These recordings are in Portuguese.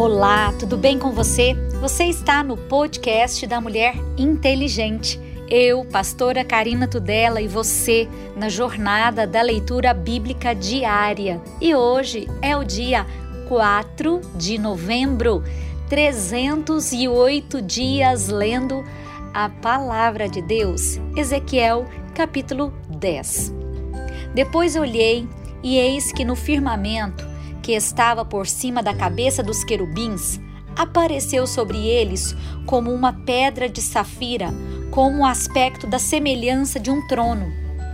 Olá, tudo bem com você? Você está no podcast da Mulher Inteligente. Eu, pastora Karina Tudela, e você na jornada da leitura bíblica diária. E hoje é o dia 4 de novembro, 308 dias lendo a palavra de Deus. Ezequiel, capítulo 10. Depois olhei e eis que no firmamento que estava por cima da cabeça dos querubins, apareceu sobre eles como uma pedra de safira, com o aspecto da semelhança de um trono.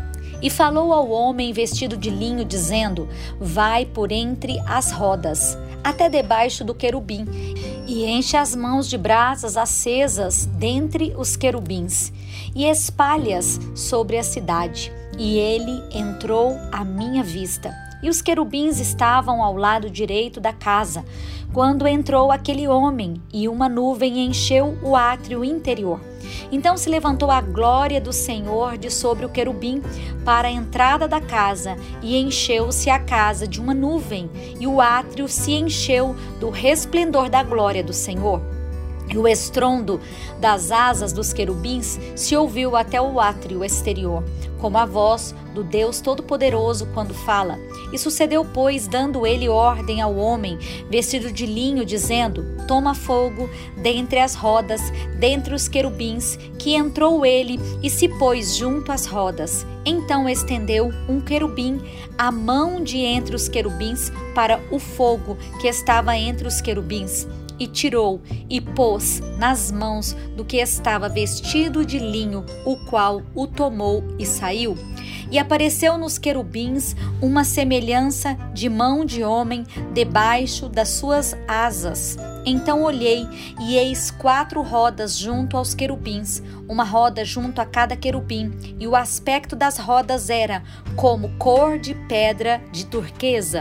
E falou ao homem vestido de linho, dizendo: vai por entre as rodas, até debaixo do querubim, e enche as mãos de brasas acesas dentre os querubins, e espalha-as sobre a cidade. E ele entrou à minha vista. E os querubins estavam ao lado direito da casa, quando entrou aquele homem, e uma nuvem encheu o átrio interior. Então se levantou a glória do Senhor de sobre o querubim para a entrada da casa, e encheu-se a casa de uma nuvem, e o átrio se encheu do resplendor da glória do Senhor. E o estrondo das asas dos querubins se ouviu até o átrio exterior, como a voz do Deus Todo-Poderoso quando fala. E sucedeu, pois, dando ele ordem ao homem vestido de linho, dizendo: toma fogo dentre as rodas, dentre os querubins, que entrou ele e se pôs junto às rodas. Então estendeu um querubim a mão de entre os querubins para o fogo que estava entre os querubins, e tirou e pôs nas mãos do que estava vestido de linho, o qual o tomou e saiu. E apareceu nos querubins uma semelhança de mão de homem debaixo das suas asas. Então olhei, e eis 4 rodas junto aos querubins, uma roda junto a cada querubim, e o aspecto das rodas era como cor de pedra de turquesa.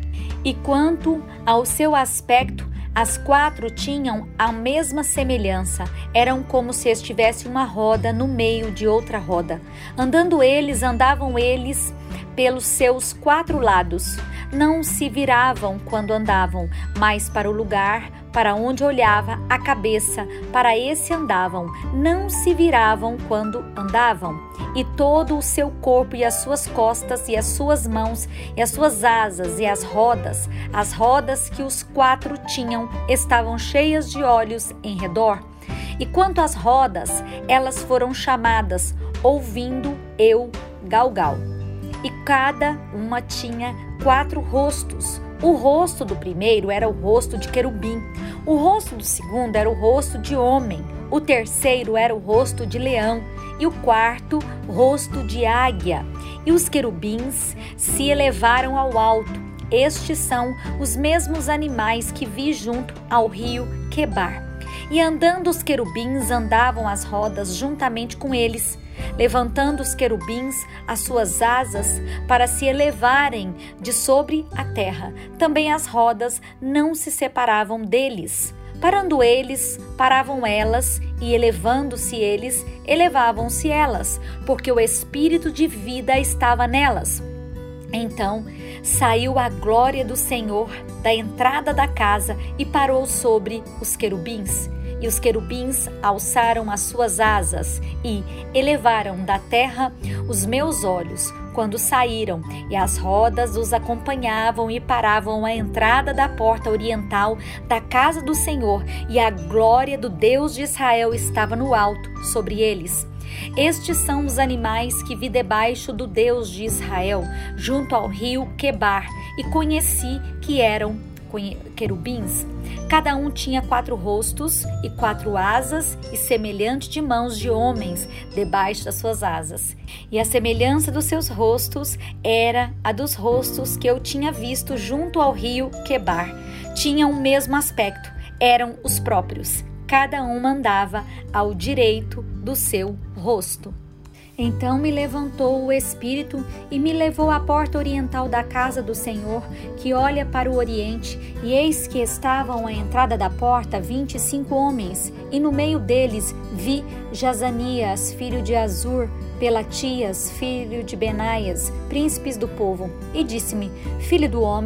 E quanto ao seu aspecto, as 4 tinham a mesma semelhança, eram como se estivesse uma roda no meio de outra roda. Andavam eles pelos seus 4 lados. Não se viravam quando andavam, mas para o lugar para onde olhava a cabeça, para esse andavam. Não se viravam quando andavam. E todo o seu corpo, e as suas costas, e as suas mãos, e as suas asas, e as rodas que os 4 tinham, estavam cheias de olhos em redor. E quanto às rodas, elas foram chamadas, ouvindo eu, Galgal. E cada uma tinha 4 rostos. O rosto do primeiro era o rosto de querubim, o rosto do segundo era o rosto de homem, o terceiro era o rosto de leão, e o quarto, rosto de águia. E os querubins se elevaram ao alto. Estes são os mesmos animais que vi junto ao rio Quebar. E andando os querubins, andavam as rodas juntamente com eles, levantando os querubins as suas asas para se elevarem de sobre a terra. Também as rodas não se separavam deles. Parando eles, paravam elas, e elevando-se eles, elevavam-se elas, porque o espírito de vida estava nelas. Então saiu a glória do Senhor da entrada da casa e parou sobre os querubins. E os querubins alçaram as suas asas e elevaram da terra os meus olhos quando saíram, e as rodas os acompanhavam e paravam à entrada da porta oriental da casa do Senhor, e a glória do Deus de Israel estava no alto sobre eles. Estes são os animais que vi debaixo do Deus de Israel, junto ao rio Quebar, e conheci que eram querubins. Cada um tinha 4 rostos e 4 asas, e semelhante de mãos de homens debaixo das suas asas. E a semelhança dos seus rostos era a dos rostos que eu tinha visto junto ao rio Quebar. Tinham o mesmo aspecto, eram os próprios. Cada um andava ao direito do seu rosto. Então me levantou o Espírito e me levou à porta oriental da casa do Senhor, que olha para o oriente, e eis que estavam à entrada da porta 25 homens, e no meio deles vi Jazanias, filho de Azur, Pelatias, filho de Benaias, príncipes do povo. E disse-me: filho do homem,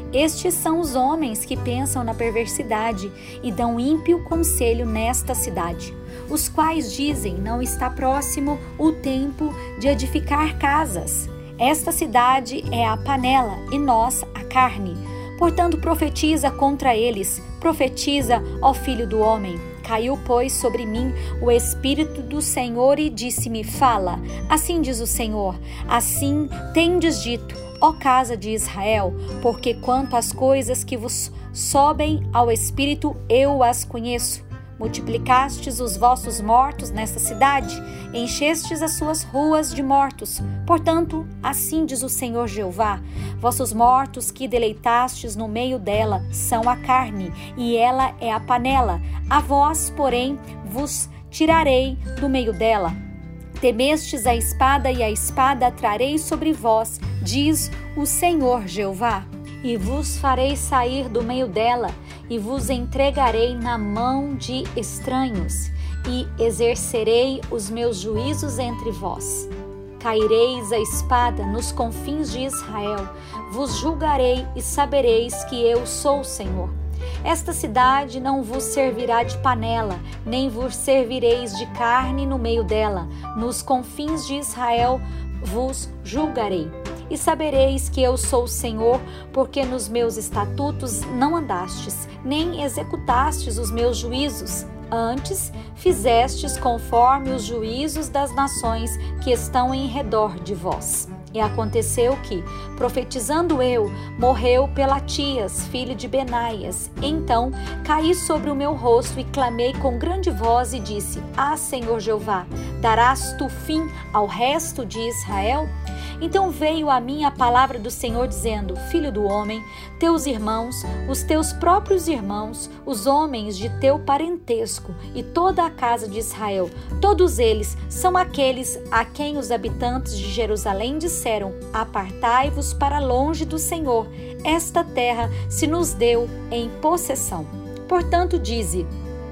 Estes são os homens que pensam na perversidade e dão ímpio conselho nesta cidade, os quais dizem: não está próximo o tempo de edificar casas. Esta cidade é a panela e nós a carne. Portanto, profetiza contra eles, profetiza, ó filho do homem. Caiu, pois, sobre mim o Espírito do Senhor e disse-me: fala, assim diz o Senhor, assim tendes dito, ó casa de Israel, porque quanto às coisas que vos sobem ao Espírito, eu as conheço. Multiplicastes os vossos mortos nesta cidade, enchestes as suas ruas de mortos. Portanto, assim diz o Senhor Jeová: vossos mortos que deleitastes no meio dela são a carne, e ela é a panela. A vós, porém, vos tirarei do meio dela. Temestes a espada, e a espada trarei sobre vós, diz o Senhor Jeová. E vos farei sair do meio dela, e vos entregarei na mão de estranhos, e exercerei os meus juízos entre vós. Caireis a espada nos confins de Israel, vos julgarei e sabereis que eu sou o Senhor. Esta cidade não vos servirá de panela, nem vos servireis de carne no meio dela. Nos confins de Israel vos julgarei. E sabereis que eu sou o Senhor, porque nos meus estatutos não andastes, nem executastes os meus juízos. Antes, fizestes conforme os juízos das nações que estão em redor de vós. E aconteceu que, profetizando eu, morreu Pelatias, filho de Benaias. Então, caí sobre o meu rosto e clamei com grande voz e disse: Ah, Senhor Jeová, darás tu fim ao resto de Israel? Então veio a mim a palavra do Senhor dizendo: Filho do homem, teus irmãos, os teus próprios irmãos, os homens de teu parentesco e toda a casa de Israel, todos eles são aqueles a quem os habitantes de Jerusalém disseram: Apartai-vos para longe do Senhor, esta terra se nos deu em possessão. Portanto, dize: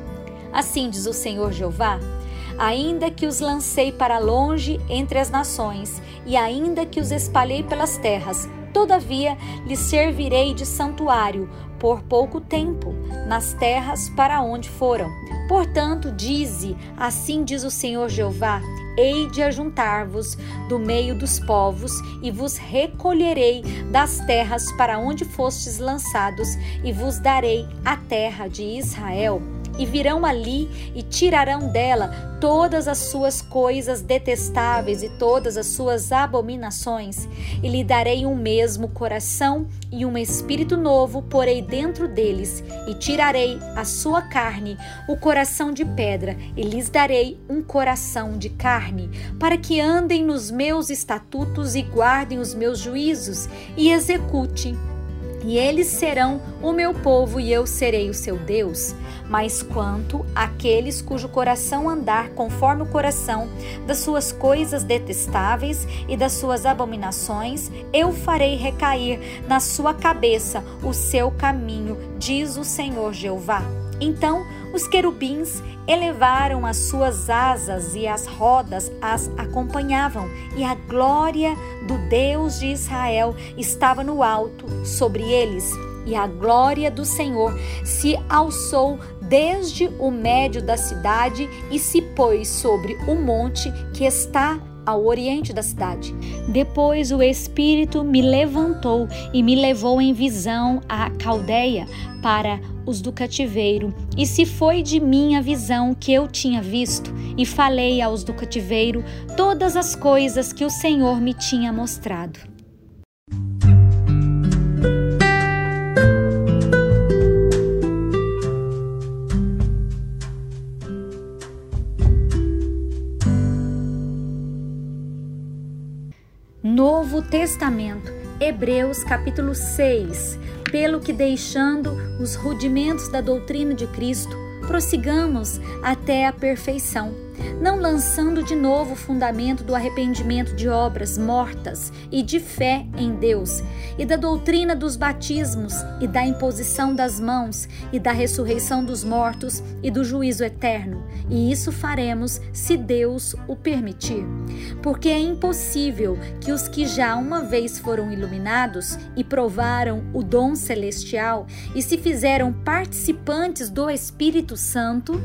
Assim diz o Senhor Jeová: Ainda que os lancei para longe entre as nações, e ainda que os espalhei pelas terras, todavia lhes servirei de santuário por pouco tempo, nas terras para onde foram. Portanto, dize: Assim diz o Senhor Jeová: Hei de ajuntar-vos do meio dos povos, e vos recolherei das terras para onde fostes lançados, e vos darei a terra de Israel. E virão ali e tirarão dela todas as suas coisas detestáveis e todas as suas abominações, e lhe darei um mesmo coração e um espírito novo porei dentro deles, e tirarei a sua carne, o coração de pedra, e lhes darei um coração de carne, para que andem nos meus estatutos e guardem os meus juízos e executem. E eles serão o meu povo e eu serei o seu Deus. Mas quanto àqueles cujo coração andar conforme o coração das suas coisas detestáveis e das suas abominações, eu farei recair na sua cabeça o seu caminho, diz o Senhor Jeová. Então os querubins elevaram as suas asas e as rodas as acompanhavam, e a glória do Deus de Israel estava no alto sobre eles. E a glória do Senhor se alçou desde o médio da cidade e se pôs sobre o monte que está ao oriente da cidade. Depois o Espírito me levantou e me levou em visão à Caldeia para os do cativeiro, e se foi de mim a visão que eu tinha visto, e falei aos do cativeiro todas as coisas que o Senhor me tinha mostrado. Novo Testamento, Hebreus capítulo 6. Pelo que, deixando os rudimentos da doutrina de Cristo, prossigamos até a perfeição, não lançando de novo o fundamento do arrependimento de obras mortas e de fé em Deus, e da doutrina dos batismos, e da imposição das mãos, e da ressurreição dos mortos, e do juízo eterno. E isso faremos se Deus o permitir. Porque é impossível que os que já uma vez foram iluminados e provaram o dom celestial e se fizeram participantes do Espírito Santo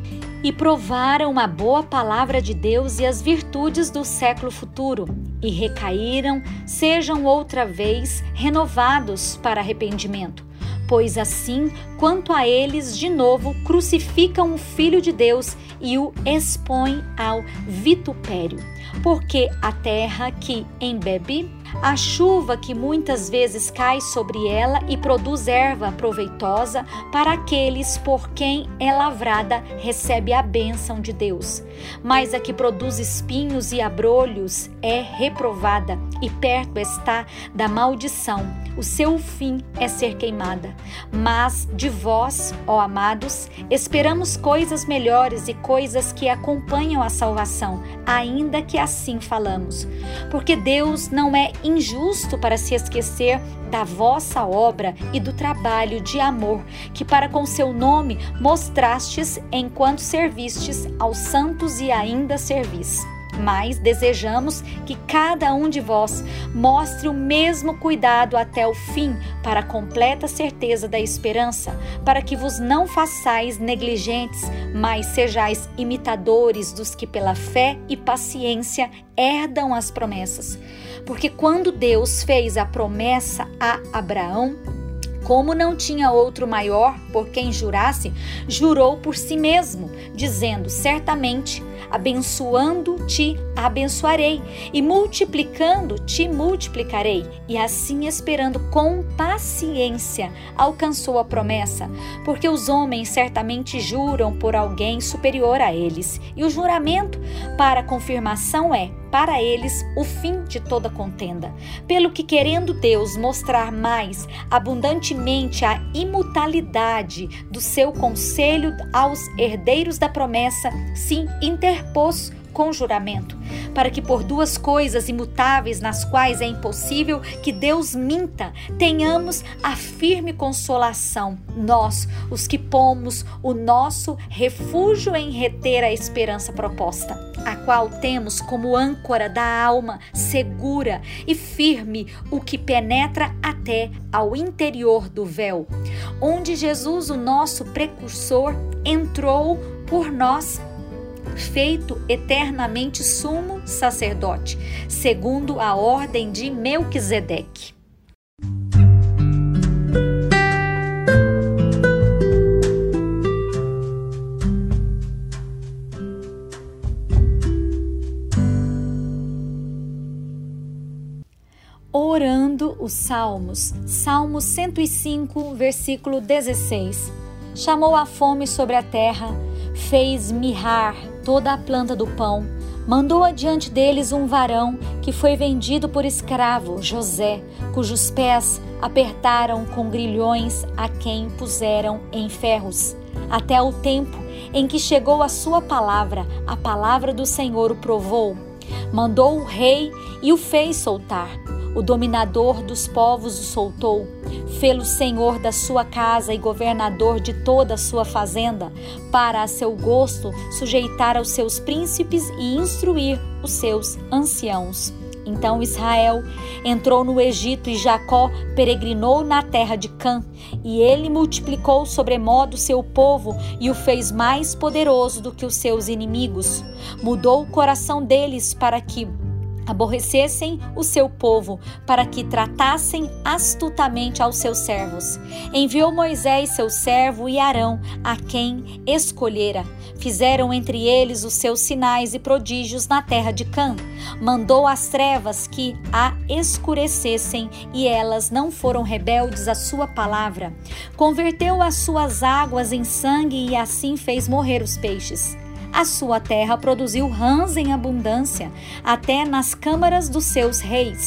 e provaram a boa palavra de Deus e as virtudes do século futuro, e recaíram, sejam outra vez renovados para arrependimento. Pois assim, quanto a eles, de novo, crucificam o Filho de Deus e o expõem ao vitupério. Porque a terra que embebe, a chuva que muitas vezes cai sobre ela e produz erva proveitosa para aqueles por quem é lavrada, recebe a bênção de Deus. Mas a que produz espinhos e abrolhos é reprovada e perto está da maldição. O seu fim é ser queimada. Mas de vós, ó amados, esperamos coisas melhores e coisas que acompanham a salvação, ainda que assim falamos. Porque Deus não é injusto para se esquecer da vossa obra e do trabalho de amor que para com seu nome mostrastes enquanto servistes aos santos e ainda servis. Mas desejamos que cada um de vós mostre o mesmo cuidado até o fim, para a completa certeza da esperança, para que vos não façais negligentes, mas sejais imitadores dos que pela fé e paciência herdam as promessas. Porque quando Deus fez a promessa a Abraão, como não tinha outro maior por quem jurasse, jurou por si mesmo, dizendo: certamente, abençoando-te, abençoarei, e multiplicando-te, multiplicarei. E assim, esperando com paciência, alcançou a promessa, porque os homens certamente juram por alguém superior a eles, e o juramento para confirmação é, para eles, o fim de toda contenda. Pelo que, querendo Deus mostrar mais abundantemente a imutabilidade do seu conselho aos herdeiros da promessa, se interpôs com juramento, para que por duas coisas imutáveis nas quais é impossível que Deus minta, tenhamos a firme consolação, nós, os que pomos o nosso refúgio em reter a esperança proposta, a qual temos como âncora da alma segura e firme, o que penetra até ao interior do véu, onde Jesus, o nosso precursor, entrou por nós, feito eternamente sumo sacerdote, segundo a ordem de Melquisedeque. Orando os Salmos. Salmo 105, versículo 16. Chamou a fome sobre a terra, fez mirrar toda a planta do pão, mandou adiante deles um varão que foi vendido por escravo, José, cujos pés apertaram com grilhões a quem puseram em ferros, até o tempo em que chegou a sua palavra, a palavra do Senhor o provou. Mandou o rei e o fez soltar. O dominador dos povos o soltou, fê-lo senhor da sua casa e governador de toda a sua fazenda, para a seu gosto sujeitar aos seus príncipes e instruir os seus anciãos. Então Israel entrou no Egito e Jacó peregrinou na terra de Cã, e ele multiplicou sobremodo seu povo e o fez mais poderoso do que os seus inimigos. Mudou o coração deles para que aborrecessem o seu povo, para que tratassem astutamente aos seus servos. Enviou Moisés seu servo e Arão, a quem escolhera. Fizeram entre eles os seus sinais e prodígios na terra de Cã. Mandou as trevas que a escurecessem, e elas não foram rebeldes à sua palavra. Converteu as suas águas em sangue e assim fez morrer os peixes. A sua terra produziu rãs em abundância, até nas câmaras dos seus reis.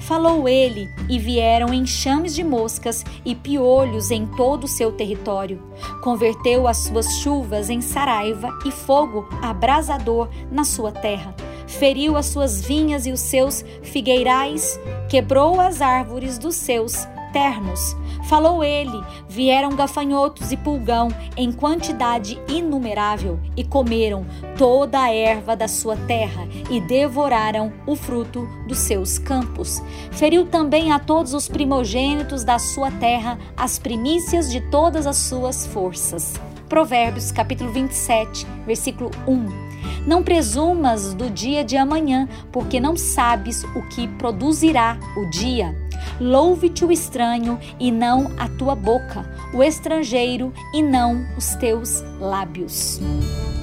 Falou ele, e vieram enxames de moscas e piolhos em todo o seu território. Converteu as suas chuvas em saraiva e fogo abrasador na sua terra. Feriu as suas vinhas e os seus figueirais, quebrou as árvores dos seus ternos. Falou ele, vieram gafanhotos e pulgão em quantidade inumerável, e comeram toda a erva da sua terra, e devoraram o fruto dos seus campos. Feriu também a todos os primogênitos da sua terra, as primícias de todas as suas forças. Provérbios capítulo 27, versículo 1. Não presumas do dia de amanhã, porque não sabes o que produzirá o dia. Louve-te o estranho e não a tua boca, o estrangeiro e não os teus lábios.